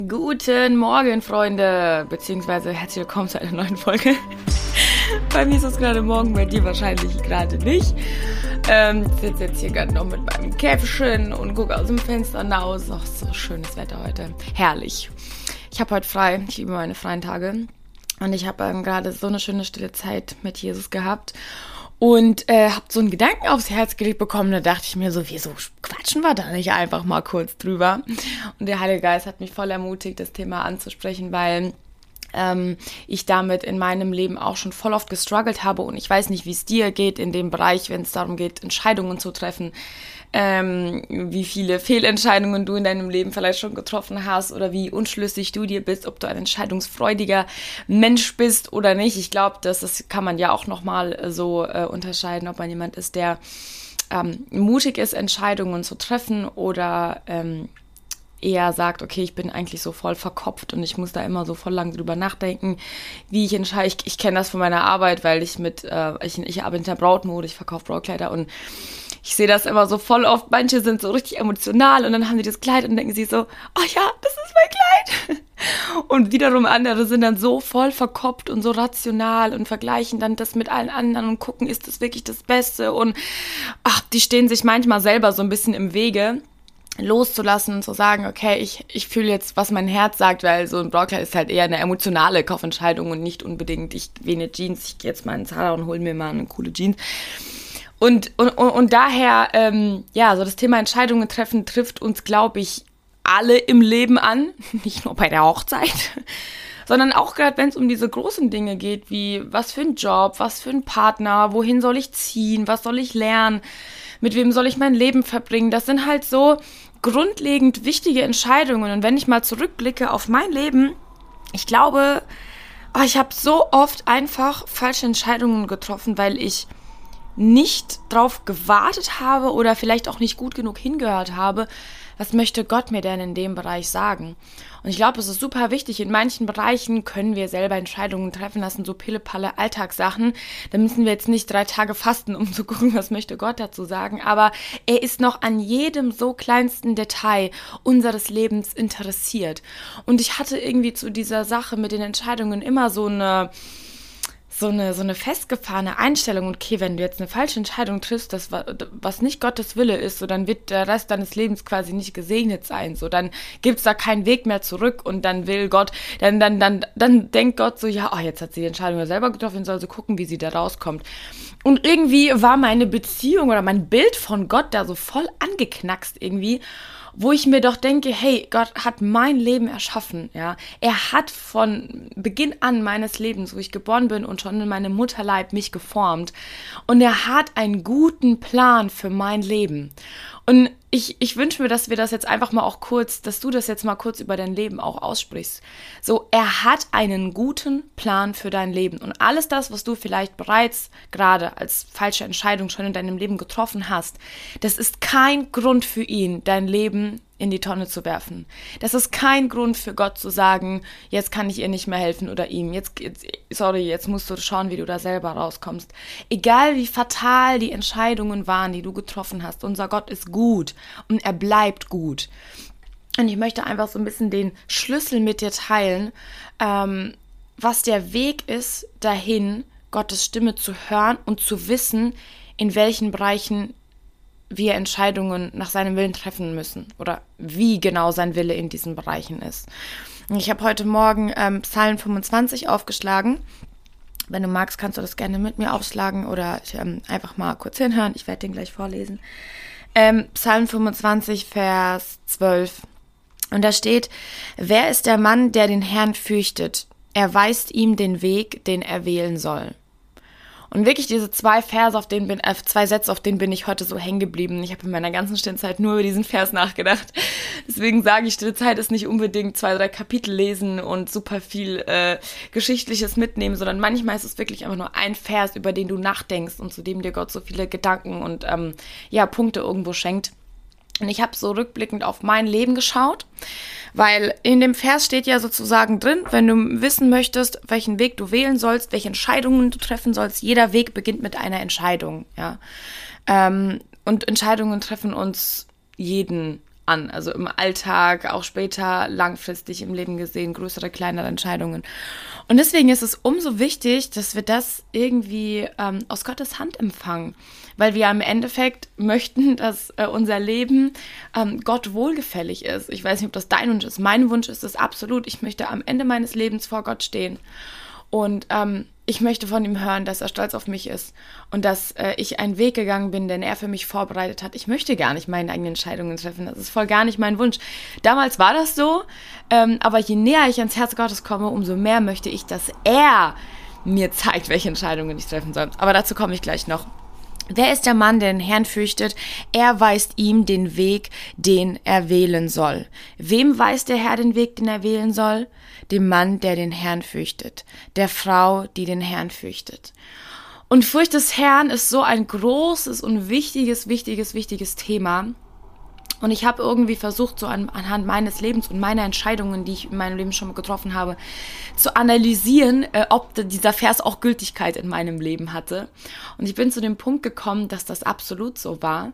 Guten Morgen, Freunde, beziehungsweise herzlich willkommen zu einer neuen Folge. Bei mir ist es gerade morgen, bei dir wahrscheinlich gerade nicht. Ich sitze jetzt hier gerade noch mit meinem Käffchen und gucke aus dem Fenster hinaus. Ach, so schönes Wetter heute. Herrlich. Ich habe heute frei. Ich liebe meine freien Tage. Und ich habe gerade so eine schöne stille Zeit mit Jesus gehabt. Und habe so einen Gedanken aufs Herz gelegt bekommen. Da dachte ich mir so, wieso quatschen wir da nicht einfach mal kurz drüber? Und der Heilige Geist hat mich voll ermutigt, das Thema anzusprechen, weil ich damit in meinem Leben auch schon voll oft gestruggelt habe. Und ich weiß nicht, wie es dir geht in dem Bereich, wenn es darum geht, Entscheidungen zu treffen. Wie viele Fehlentscheidungen du in deinem Leben vielleicht schon getroffen hast oder wie unschlüssig du dir bist, ob du ein entscheidungsfreudiger Mensch bist oder nicht. Ich glaube, das kann man ja auch nochmal so unterscheiden, ob man jemand ist, der mutig ist, Entscheidungen zu treffen oder eher sagt, okay, ich bin eigentlich so voll verkopft und ich muss da immer so voll lang drüber nachdenken, wie ich entscheide. Ich kenne das von meiner Arbeit, weil ich arbeite in der Brautmode, ich verkaufe Brautkleider und ich sehe das immer so voll oft. Manche sind so richtig emotional und dann haben sie das Kleid und denken sie so, oh ja, das ist mein Kleid. Und wiederum andere sind dann so voll verkopft und so rational und vergleichen dann das mit allen anderen und gucken, ist das wirklich das Beste? Und die stehen sich manchmal selber so ein bisschen im Wege, loszulassen und zu sagen, okay, ich fühle jetzt, was mein Herz sagt, weil so ein Brautkleid ist halt eher eine emotionale Kaufentscheidung und nicht unbedingt, ich will eine Jeans, ich gehe jetzt mal in Zara und hole mir mal eine coole Jeans. Und daher, so das Thema Entscheidungen treffen trifft uns, glaube ich, alle im Leben an, nicht nur bei der Hochzeit, sondern auch gerade, wenn es um diese großen Dinge geht, wie was für ein Job, was für ein Partner, wohin soll ich ziehen, was soll ich lernen, mit wem soll ich mein Leben verbringen. Das sind halt so grundlegend wichtige Entscheidungen. Und wenn ich mal zurückblicke auf mein Leben, ich glaube, ich habe so oft einfach falsche Entscheidungen getroffen, weil ich nicht drauf gewartet habe oder vielleicht auch nicht gut genug hingehört habe, was möchte Gott mir denn in dem Bereich sagen? Und ich glaube, es ist super wichtig. In manchen Bereichen können wir selber Entscheidungen treffen lassen, so Pille-Palle Alltagssachen. Da müssen wir jetzt nicht 3 Tage fasten, um zu gucken, was möchte Gott dazu sagen. Aber er ist noch an jedem so kleinsten Detail unseres Lebens interessiert. Und ich hatte irgendwie zu dieser Sache mit den Entscheidungen immer so eine festgefahrene Einstellung, okay, wenn du jetzt eine falsche Entscheidung triffst, was nicht Gottes Wille ist, so dann wird der Rest deines Lebens quasi nicht gesegnet sein, so dann gibt's da keinen Weg mehr zurück und dann will Gott, dann denkt Gott so, ja, jetzt hat sie die Entscheidung ja selber getroffen, soll sie gucken, wie sie da rauskommt. Und irgendwie war meine Beziehung oder mein Bild von Gott da so voll angeknackst irgendwie, wo ich mir doch denke, hey, Gott hat mein Leben erschaffen, ja. Er hat von Beginn an meines Lebens, wo ich geboren bin und schon in meinem Mutterleib mich geformt. Und er hat einen guten Plan für mein Leben. Und ich wünsche mir, dass wir das jetzt einfach mal auch kurz, dass du das jetzt mal kurz über dein Leben auch aussprichst. So, er hat einen guten Plan für dein Leben. Und alles das, was du vielleicht bereits gerade als falsche Entscheidung schon in deinem Leben getroffen hast, das ist kein Grund für ihn, dein Leben in die Tonne zu werfen. Das ist kein Grund für Gott zu sagen, jetzt kann ich ihr nicht mehr helfen oder ihm. Jetzt musst du schauen, wie du da selber rauskommst. Egal wie fatal die Entscheidungen waren, die du getroffen hast, unser Gott ist gut und er bleibt gut. Und ich möchte einfach so ein bisschen den Schlüssel mit dir teilen, was der Weg ist dahin, Gottes Stimme zu hören und zu wissen, in welchen Bereichen wir Entscheidungen nach seinem Willen treffen müssen oder wie genau sein Wille in diesen Bereichen ist. Ich habe heute Morgen Psalm 25 aufgeschlagen. Wenn du magst, kannst du das gerne mit mir aufschlagen oder einfach mal kurz hinhören. Ich werde den gleich vorlesen. Psalm 25, Vers 12. Und da steht, wer ist der Mann, der den Herrn fürchtet? Er weist ihm den Weg, den er wählen soll. Und wirklich diese 2 Sätze, auf denen bin ich heute so hängen geblieben. Ich habe in meiner ganzen Stillzeit nur über diesen Vers nachgedacht. Deswegen sage ich, Stillzeit ist nicht unbedingt 2, 3 Kapitel lesen und super viel Geschichtliches mitnehmen, sondern manchmal ist es wirklich einfach nur ein Vers, über den du nachdenkst und zu dem dir Gott so viele Gedanken und Punkte irgendwo schenkt. Und ich habe so rückblickend auf mein Leben geschaut, weil in dem Vers steht ja sozusagen drin, wenn du wissen möchtest, welchen Weg du wählen sollst, welche Entscheidungen du treffen sollst, jeder Weg beginnt mit einer Entscheidung, ja. Und Entscheidungen treffen uns jeden an. Also im Alltag, auch später, langfristig im Leben gesehen, größere, kleinere Entscheidungen. Und deswegen ist es umso wichtig, dass wir das irgendwie aus Gottes Hand empfangen. Weil wir im Endeffekt möchten, dass unser Leben Gott wohlgefällig ist. Ich weiß nicht, ob das dein Wunsch ist. Mein Wunsch ist es absolut. Ich möchte am Ende meines Lebens vor Gott stehen. Und ich möchte von ihm hören, dass er stolz auf mich ist und dass ich einen Weg gegangen bin, den er für mich vorbereitet hat. Ich möchte gar nicht meine eigenen Entscheidungen treffen. Das ist voll gar nicht mein Wunsch. Damals war das so, aber je näher ich ans Herz Gottes komme, umso mehr möchte ich, dass er mir zeigt, welche Entscheidungen ich treffen soll. Aber dazu komme ich gleich noch. Wer ist der Mann, der den Herrn fürchtet? Er weist ihm den Weg, den er wählen soll. Wem weist der Herr den Weg, den er wählen soll? Dem Mann, der den Herrn fürchtet. Der Frau, die den Herrn fürchtet. Und Furcht des Herrn ist so ein großes und wichtiges Thema. Und ich habe irgendwie versucht, so anhand meines Lebens und meiner Entscheidungen, die ich in meinem Leben schon getroffen habe, zu analysieren, ob dieser Vers auch Gültigkeit in meinem Leben hatte. Und ich bin zu dem Punkt gekommen, dass das absolut so war.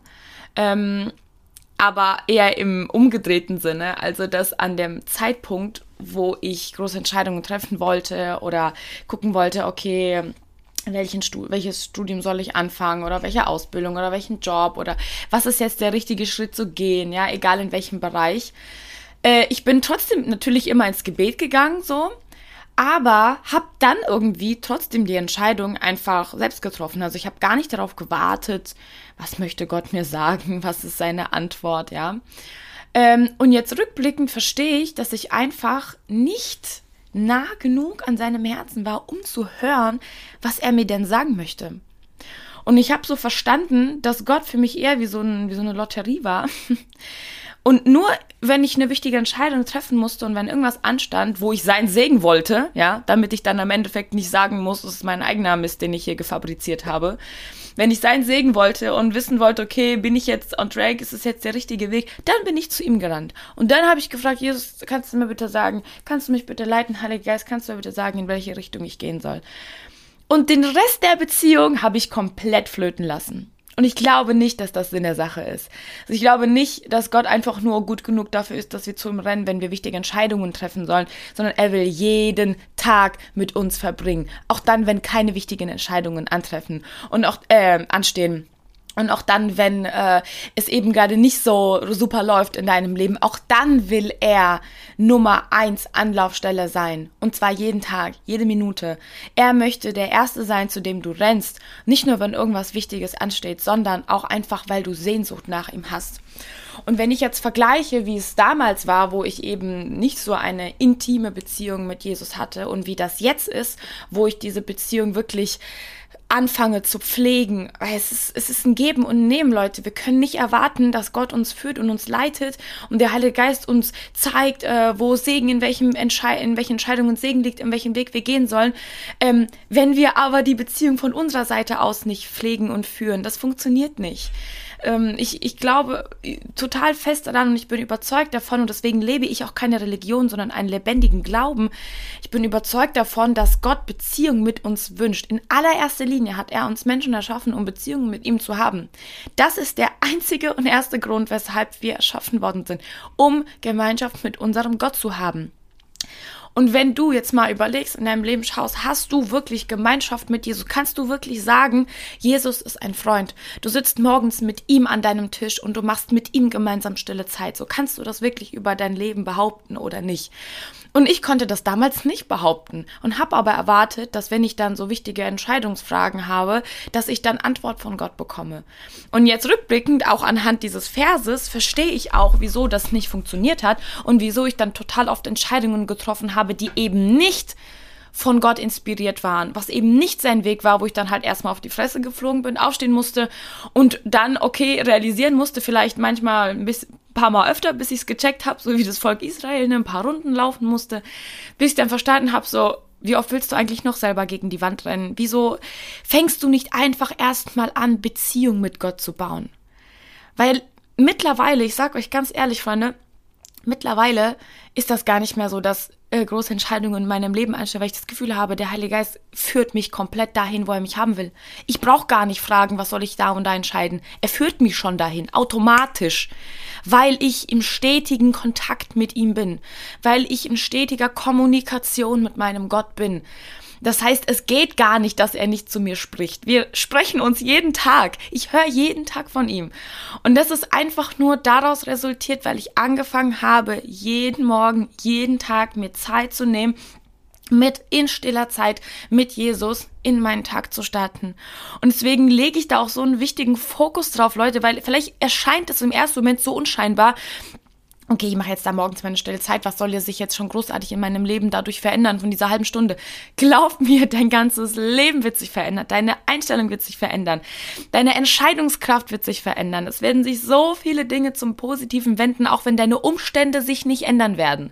Aber eher im umgedrehten Sinne. Also, dass an dem Zeitpunkt, wo ich große Entscheidungen treffen wollte oder gucken wollte, okay, welches Studium soll ich anfangen oder welche Ausbildung oder welchen Job oder was ist jetzt der richtige Schritt zu gehen, ja, egal in welchem Bereich. Ich bin trotzdem natürlich immer ins Gebet gegangen, so, aber habe dann irgendwie trotzdem die Entscheidung einfach selbst getroffen. Also ich habe gar nicht darauf gewartet, was möchte Gott mir sagen, was ist seine Antwort, ja. Und jetzt rückblickend verstehe ich, dass ich einfach nicht nah genug an seinem Herzen war, um zu hören, was er mir denn sagen möchte. Und ich habe so verstanden, dass Gott für mich eher wie so eine Lotterie war. Und nur, wenn ich eine wichtige Entscheidung treffen musste und wenn irgendwas anstand, wo ich seinen Segen wollte, ja, damit ich dann am Endeffekt nicht sagen muss, es ist mein eigener Mist, den ich hier gefabriziert habe. Wenn ich seinen Segen wollte und wissen wollte, okay, bin ich jetzt on track, ist es jetzt der richtige Weg, dann bin ich zu ihm gerannt. Und dann habe ich gefragt, Jesus, kannst du mir bitte sagen, kannst du mich bitte leiten, Heiliger Geist, kannst du mir bitte sagen, in welche Richtung ich gehen soll? Und den Rest der Beziehung habe ich komplett flöten lassen. Und ich glaube nicht, dass das Sinn der Sache ist. Also ich glaube nicht, dass Gott einfach nur gut genug dafür ist, dass wir zu ihm rennen, wenn wir wichtige Entscheidungen treffen sollen, sondern er will jeden Tag mit uns verbringen. Auch dann, wenn keine wichtigen Entscheidungen anstehen. Und auch dann, wenn es eben gerade nicht so super läuft in deinem Leben, auch dann will er Nummer 1 Anlaufstelle sein. Und zwar jeden Tag, jede Minute. Er möchte der Erste sein, zu dem du rennst. Nicht nur, wenn irgendwas Wichtiges ansteht, sondern auch einfach, weil du Sehnsucht nach ihm hast. Und wenn ich jetzt vergleiche, wie es damals war, wo ich eben nicht so eine intime Beziehung mit Jesus hatte und wie das jetzt ist, wo ich diese Beziehung wirklich anfange zu pflegen. Es ist ein Geben und Nehmen, Leute. Wir können nicht erwarten, dass Gott uns führt und uns leitet und der Heilige Geist uns zeigt, wo Segen, in welchen Entscheidungen Segen liegt, in welchem Weg wir gehen sollen. Wenn wir aber die Beziehung von unserer Seite aus nicht pflegen und führen, das funktioniert nicht. Ich glaube total fest daran und ich bin überzeugt davon und deswegen lebe ich auch keine Religion, sondern einen lebendigen Glauben. Ich bin überzeugt davon, dass Gott Beziehung mit uns wünscht. In allererster Linie hat er uns Menschen erschaffen, um Beziehungen mit ihm zu haben. Das ist der einzige und erste Grund, weshalb wir erschaffen worden sind, um Gemeinschaft mit unserem Gott zu haben. Und wenn du jetzt mal überlegst, in deinem Leben schaust, hast du wirklich Gemeinschaft mit Jesus? Kannst du wirklich sagen, Jesus ist ein Freund? Du sitzt morgens mit ihm an deinem Tisch und du machst mit ihm gemeinsam stille Zeit. So kannst du das wirklich über dein Leben behaupten oder nicht? Und ich konnte das damals nicht behaupten und habe aber erwartet, dass wenn ich dann so wichtige Entscheidungsfragen habe, dass ich dann Antwort von Gott bekomme. Und jetzt rückblickend, auch anhand dieses Verses, verstehe ich auch, wieso das nicht funktioniert hat und wieso ich dann total oft Entscheidungen getroffen habe, die eben nicht von Gott inspiriert waren, was eben nicht sein Weg war, wo ich dann halt erstmal auf die Fresse geflogen bin, aufstehen musste und dann, okay, realisieren musste, vielleicht manchmal ein paar Mal öfter, bis ich es gecheckt habe, so wie das Volk Israel, ein paar Runden laufen musste, bis ich dann verstanden habe, so, wie oft willst du eigentlich noch selber gegen die Wand rennen? Wieso fängst du nicht einfach erstmal an, Beziehung mit Gott zu bauen? Weil mittlerweile, ich sag euch ganz ehrlich, Freunde, Mittlerweile ist das gar nicht mehr so, dass große Entscheidungen in meinem Leben anstehen, weil ich das Gefühl habe, der Heilige Geist führt mich komplett dahin, wo er mich haben will. Ich brauche gar nicht fragen, was soll ich da und da entscheiden. Er führt mich schon dahin, automatisch, weil ich im stetigen Kontakt mit ihm bin, weil ich in stetiger Kommunikation mit meinem Gott bin. Das heißt, es geht gar nicht, dass er nicht zu mir spricht. Wir sprechen uns jeden Tag. Ich höre jeden Tag von ihm. Und das ist einfach nur daraus resultiert, weil ich angefangen habe, jeden Morgen, jeden Tag mir Zeit zu nehmen, mit in stiller Zeit mit Jesus in meinen Tag zu starten. Und deswegen lege ich da auch so einen wichtigen Fokus drauf, Leute, weil vielleicht erscheint es im ersten Moment so unscheinbar. Okay, ich mache jetzt da morgens meine stille Zeit, was soll sich jetzt schon großartig in meinem Leben dadurch verändern von dieser halben Stunde? Glaub mir, dein ganzes Leben wird sich verändern, deine Einstellung wird sich verändern, deine Entscheidungskraft wird sich verändern. Es werden sich so viele Dinge zum Positiven wenden, auch wenn deine Umstände sich nicht ändern werden.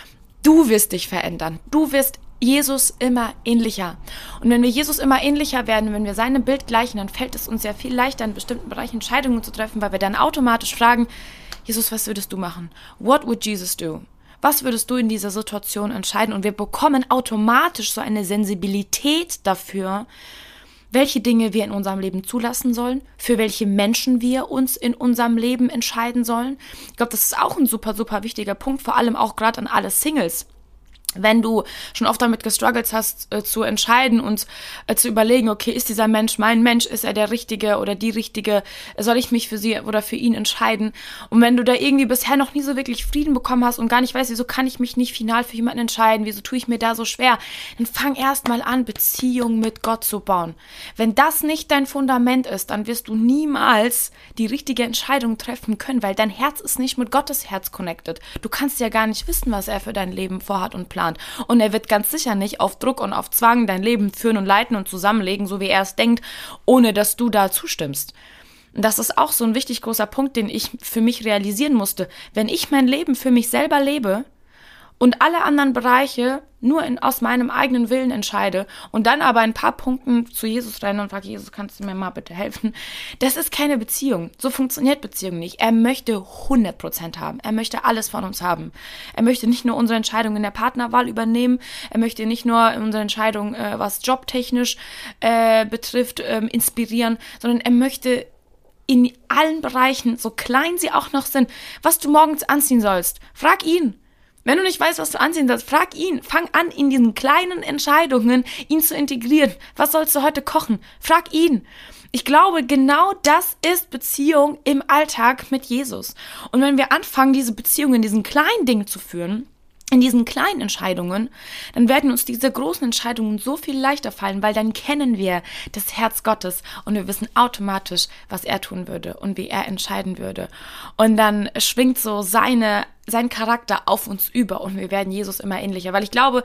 Du wirst dich verändern, du wirst Jesus immer ähnlicher. Und wenn wir Jesus immer ähnlicher werden, wenn wir seinem Bild gleichen, dann fällt es uns ja viel leichter, in bestimmten Bereichen Entscheidungen zu treffen, weil wir dann automatisch fragen, Jesus, was würdest du machen? What would Jesus do? Was würdest du in dieser Situation entscheiden? Und wir bekommen automatisch so eine Sensibilität dafür, welche Dinge wir in unserem Leben zulassen sollen, für welche Menschen wir uns in unserem Leben entscheiden sollen. Ich glaube, das ist auch ein super, super wichtiger Punkt, vor allem auch gerade an alle Singles. Wenn du schon oft damit gestruggelt hast, zu entscheiden und zu überlegen, okay, ist dieser Mensch mein Mensch, ist er der Richtige oder die Richtige, soll ich mich für sie oder für ihn entscheiden? Und wenn du da irgendwie bisher noch nie so wirklich Frieden bekommen hast und gar nicht weißt, wieso kann ich mich nicht final für jemanden entscheiden, wieso tue ich mir da so schwer, dann fang erst mal an, Beziehung mit Gott zu bauen. Wenn das nicht dein Fundament ist, dann wirst du niemals die richtige Entscheidung treffen können, weil dein Herz ist nicht mit Gottes Herz connected. Du kannst ja gar nicht wissen, was er für dein Leben vorhat und plant. Und er wird ganz sicher nicht auf Druck und auf Zwang dein Leben führen und leiten und zusammenlegen, so wie er es denkt, ohne dass du da zustimmst. Und das ist auch so ein wichtig großer Punkt, den ich für mich realisieren musste. Wenn ich mein Leben für mich selber lebe und alle anderen Bereiche nur aus meinem eigenen Willen entscheide und dann aber ein paar Punkten zu Jesus renne und frage, Jesus, kannst du mir mal bitte helfen? Das ist keine Beziehung. So funktioniert Beziehung nicht. Er möchte 100% haben. Er möchte alles von uns haben. Er möchte nicht nur unsere Entscheidung in der Partnerwahl übernehmen. Er möchte nicht nur unsere Entscheidung, was jobtechnisch betrifft, inspirieren, sondern er möchte in allen Bereichen, so klein sie auch noch sind, was du morgens anziehen sollst. Frag ihn. Wenn du nicht weißt, was du anziehen sollst, frag ihn. Fang an, in diesen kleinen Entscheidungen ihn zu integrieren. Was sollst du heute kochen? Frag ihn. Ich glaube, genau das ist Beziehung im Alltag mit Jesus. Und wenn wir anfangen, diese Beziehung in diesen kleinen Dingen zu führen, in diesen kleinen Entscheidungen, dann werden uns diese großen Entscheidungen so viel leichter fallen, weil dann kennen wir das Herz Gottes und wir wissen automatisch, was er tun würde und wie er entscheiden würde. Und dann schwingt so sein Charakter auf uns über und wir werden Jesus immer ähnlicher, weil ich glaube,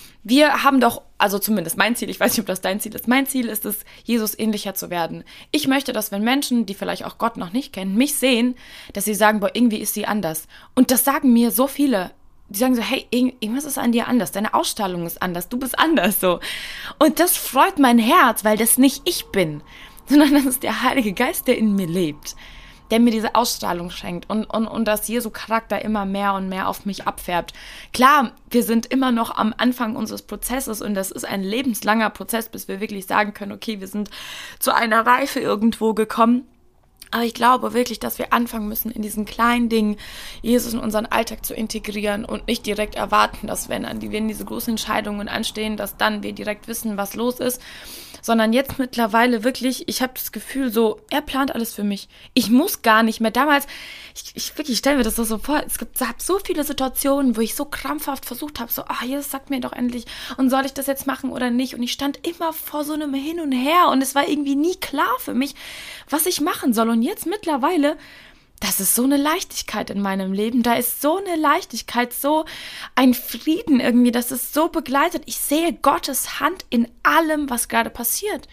wir haben doch, also zumindest mein Ziel, ich weiß nicht, ob das dein Ziel ist, mein Ziel ist es, Jesus ähnlicher zu werden. Ich möchte, dass wenn Menschen, die vielleicht auch Gott noch nicht kennen, mich sehen, dass sie sagen, boah, irgendwie ist sie anders. Und das sagen mir so viele. Die sagen so, hey, irgendwas ist an dir anders, deine Ausstrahlung ist anders, du bist anders so. Und das freut mein Herz, weil das nicht ich bin, sondern das ist der Heilige Geist, der in mir lebt, der mir diese Ausstrahlung schenkt und dass Jesu Charakter immer mehr und mehr auf mich abfärbt. Klar, wir sind immer noch am Anfang unseres Prozesses und das ist ein lebenslanger Prozess, bis wir wirklich sagen können, okay, wir sind zu einer Reife irgendwo gekommen. Aber ich glaube wirklich, dass wir anfangen müssen, in diesen kleinen Dingen Jesus in unseren Alltag zu integrieren und nicht direkt erwarten, dass wenn diese großen Entscheidungen anstehen, dass dann wir direkt wissen, was los ist, sondern jetzt mittlerweile wirklich, ich habe das Gefühl so, er plant alles für mich. Ich muss gar nicht mehr. Damals, ich wirklich stelle mir das so vor, es gab so viele Situationen, wo ich so krampfhaft versucht habe, so, Jesus, sag mir doch endlich, und soll ich das jetzt machen oder nicht? Und ich stand immer vor so einem Hin und Her und es war irgendwie nie klar für mich, was ich machen soll. Und jetzt mittlerweile, das ist so eine Leichtigkeit in meinem Leben, da ist so eine Leichtigkeit, so ein Frieden irgendwie, das ist so begleitet. Ich sehe Gottes Hand in allem, was gerade passiert.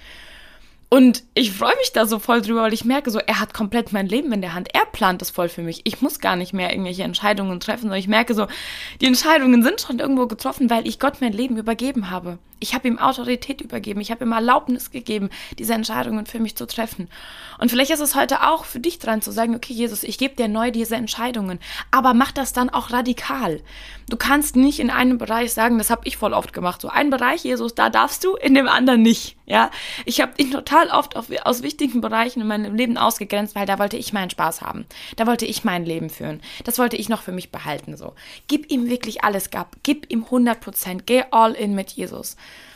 Und ich freue mich da so voll drüber, weil ich merke so, er hat komplett mein Leben in der Hand. Er plant das voll für mich. Ich muss gar nicht mehr irgendwelche Entscheidungen treffen, sondern ich merke so, die Entscheidungen sind schon irgendwo getroffen, weil ich Gott mein Leben übergeben habe. Ich habe ihm Autorität übergeben. Ich habe ihm Erlaubnis gegeben, diese Entscheidungen für mich zu treffen. Und vielleicht ist es heute auch für dich dran zu sagen, okay, Jesus, ich gebe dir neu diese Entscheidungen, aber mach das dann auch radikal. Du kannst nicht in einem Bereich sagen, das habe ich voll oft gemacht, so ein Bereich, Jesus, da darfst du, in dem anderen nicht. Ja, ich habe ihn total oft aus wichtigen Bereichen in meinem Leben ausgegrenzt, weil da wollte ich meinen Spaß haben. Da wollte ich mein Leben führen. Das wollte ich noch für mich behalten. So, gib ihm wirklich alles, gib ihm 100%, geh all in mit Jesus.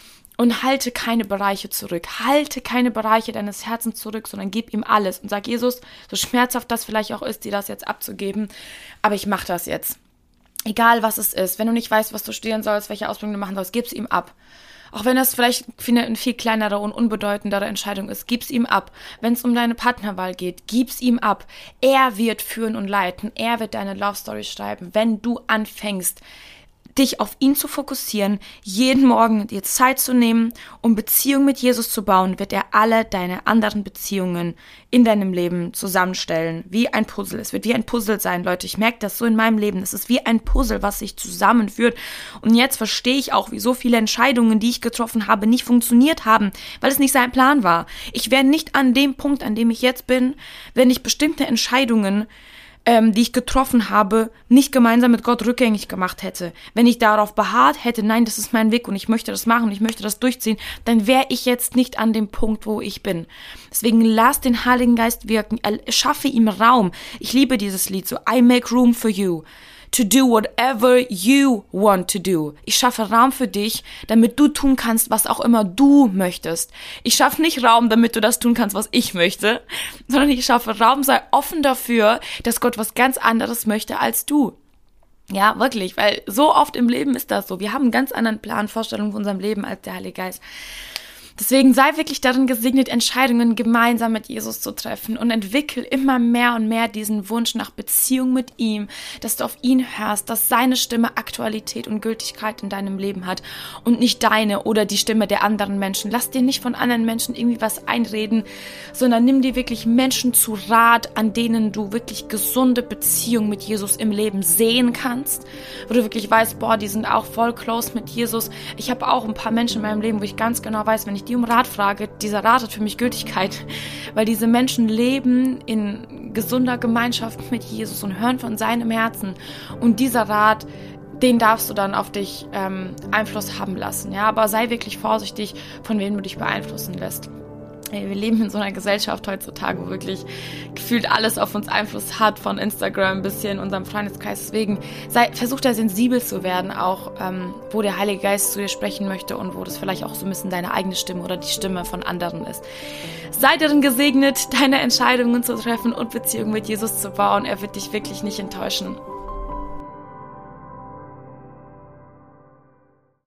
Und halte keine Bereiche zurück. Halte keine Bereiche deines Herzens zurück, sondern gib ihm alles. Und sag, Jesus, so schmerzhaft das vielleicht auch ist, dir das jetzt abzugeben, aber ich mache das jetzt. Egal, was es ist. Wenn du nicht weißt, was du studieren sollst, welche Ausbildung du machen sollst, gib es ihm ab. Auch wenn das vielleicht eine viel kleinere und unbedeutendere Entscheidung ist, gib's ihm ab. Wenn es um deine Partnerwahl geht, gib's ihm ab. Er wird führen und leiten. Er wird deine Love Story schreiben, wenn du anfängst, dich auf ihn zu fokussieren, jeden Morgen dir Zeit zu nehmen, um Beziehung mit Jesus zu bauen, wird er alle deine anderen Beziehungen in deinem Leben zusammenstellen, wie ein Puzzle. Es wird wie ein Puzzle sein, Leute. Ich merke das so in meinem Leben. Es ist wie ein Puzzle, was sich zusammenführt. Und jetzt verstehe ich auch, wie so viele Entscheidungen, die ich getroffen habe, nicht funktioniert haben, weil es nicht sein Plan war. Ich wäre nicht an dem Punkt, an dem ich jetzt bin, wenn ich bestimmte Entscheidungen die ich getroffen habe, nicht gemeinsam mit Gott rückgängig gemacht hätte. Wenn ich darauf beharrt hätte, nein, das ist mein Weg und ich möchte das machen und ich möchte das durchziehen, dann wäre ich jetzt nicht an dem Punkt, wo ich bin. Deswegen lass den Heiligen Geist wirken, schaffe ihm Raum. Ich liebe dieses Lied so, I make room for you. To do whatever you want to do. Ich schaffe Raum für dich, damit du tun kannst, was auch immer du möchtest. Ich schaffe nicht Raum, damit du das tun kannst, was ich möchte, sondern ich schaffe Raum, sei offen dafür, dass Gott was ganz anderes möchte als du. Ja, wirklich, weil so oft im Leben ist das so. Wir haben einen ganz anderen Plan, Vorstellung von unserem Leben als der Heilige Geist. Deswegen sei wirklich darin gesegnet, Entscheidungen gemeinsam mit Jesus zu treffen und entwickel immer mehr und mehr diesen Wunsch nach Beziehung mit ihm, dass du auf ihn hörst, dass seine Stimme Aktualität und Gültigkeit in deinem Leben hat und nicht deine oder die Stimme der anderen Menschen. Lass dir nicht von anderen Menschen irgendwie was einreden, sondern nimm dir wirklich Menschen zu Rat, an denen du wirklich gesunde Beziehung mit Jesus im Leben sehen kannst, wo du wirklich weißt, boah, die sind auch voll close mit Jesus. Ich habe auch ein paar Menschen in meinem Leben, wo ich ganz genau weiß, wenn ich die um Rat frage, dieser Rat hat für mich Gültigkeit, weil diese Menschen leben in gesunder Gemeinschaft mit Jesus und hören von seinem Herzen und dieser Rat, den darfst du dann auf dich Einfluss haben lassen, ja, aber sei wirklich vorsichtig, von wem du dich beeinflussen lässt. Wir leben in so einer Gesellschaft heutzutage, wo wirklich gefühlt alles auf uns Einfluss hat, von Instagram bis hier in unserem Freundeskreis. Deswegen versuch da sensibel zu werden, auch wo der Heilige Geist zu dir sprechen möchte und wo das vielleicht auch so ein bisschen deine eigene Stimme oder die Stimme von anderen ist. Sei darin gesegnet, deine Entscheidungen zu treffen und Beziehungen mit Jesus zu bauen. Er wird dich wirklich nicht enttäuschen.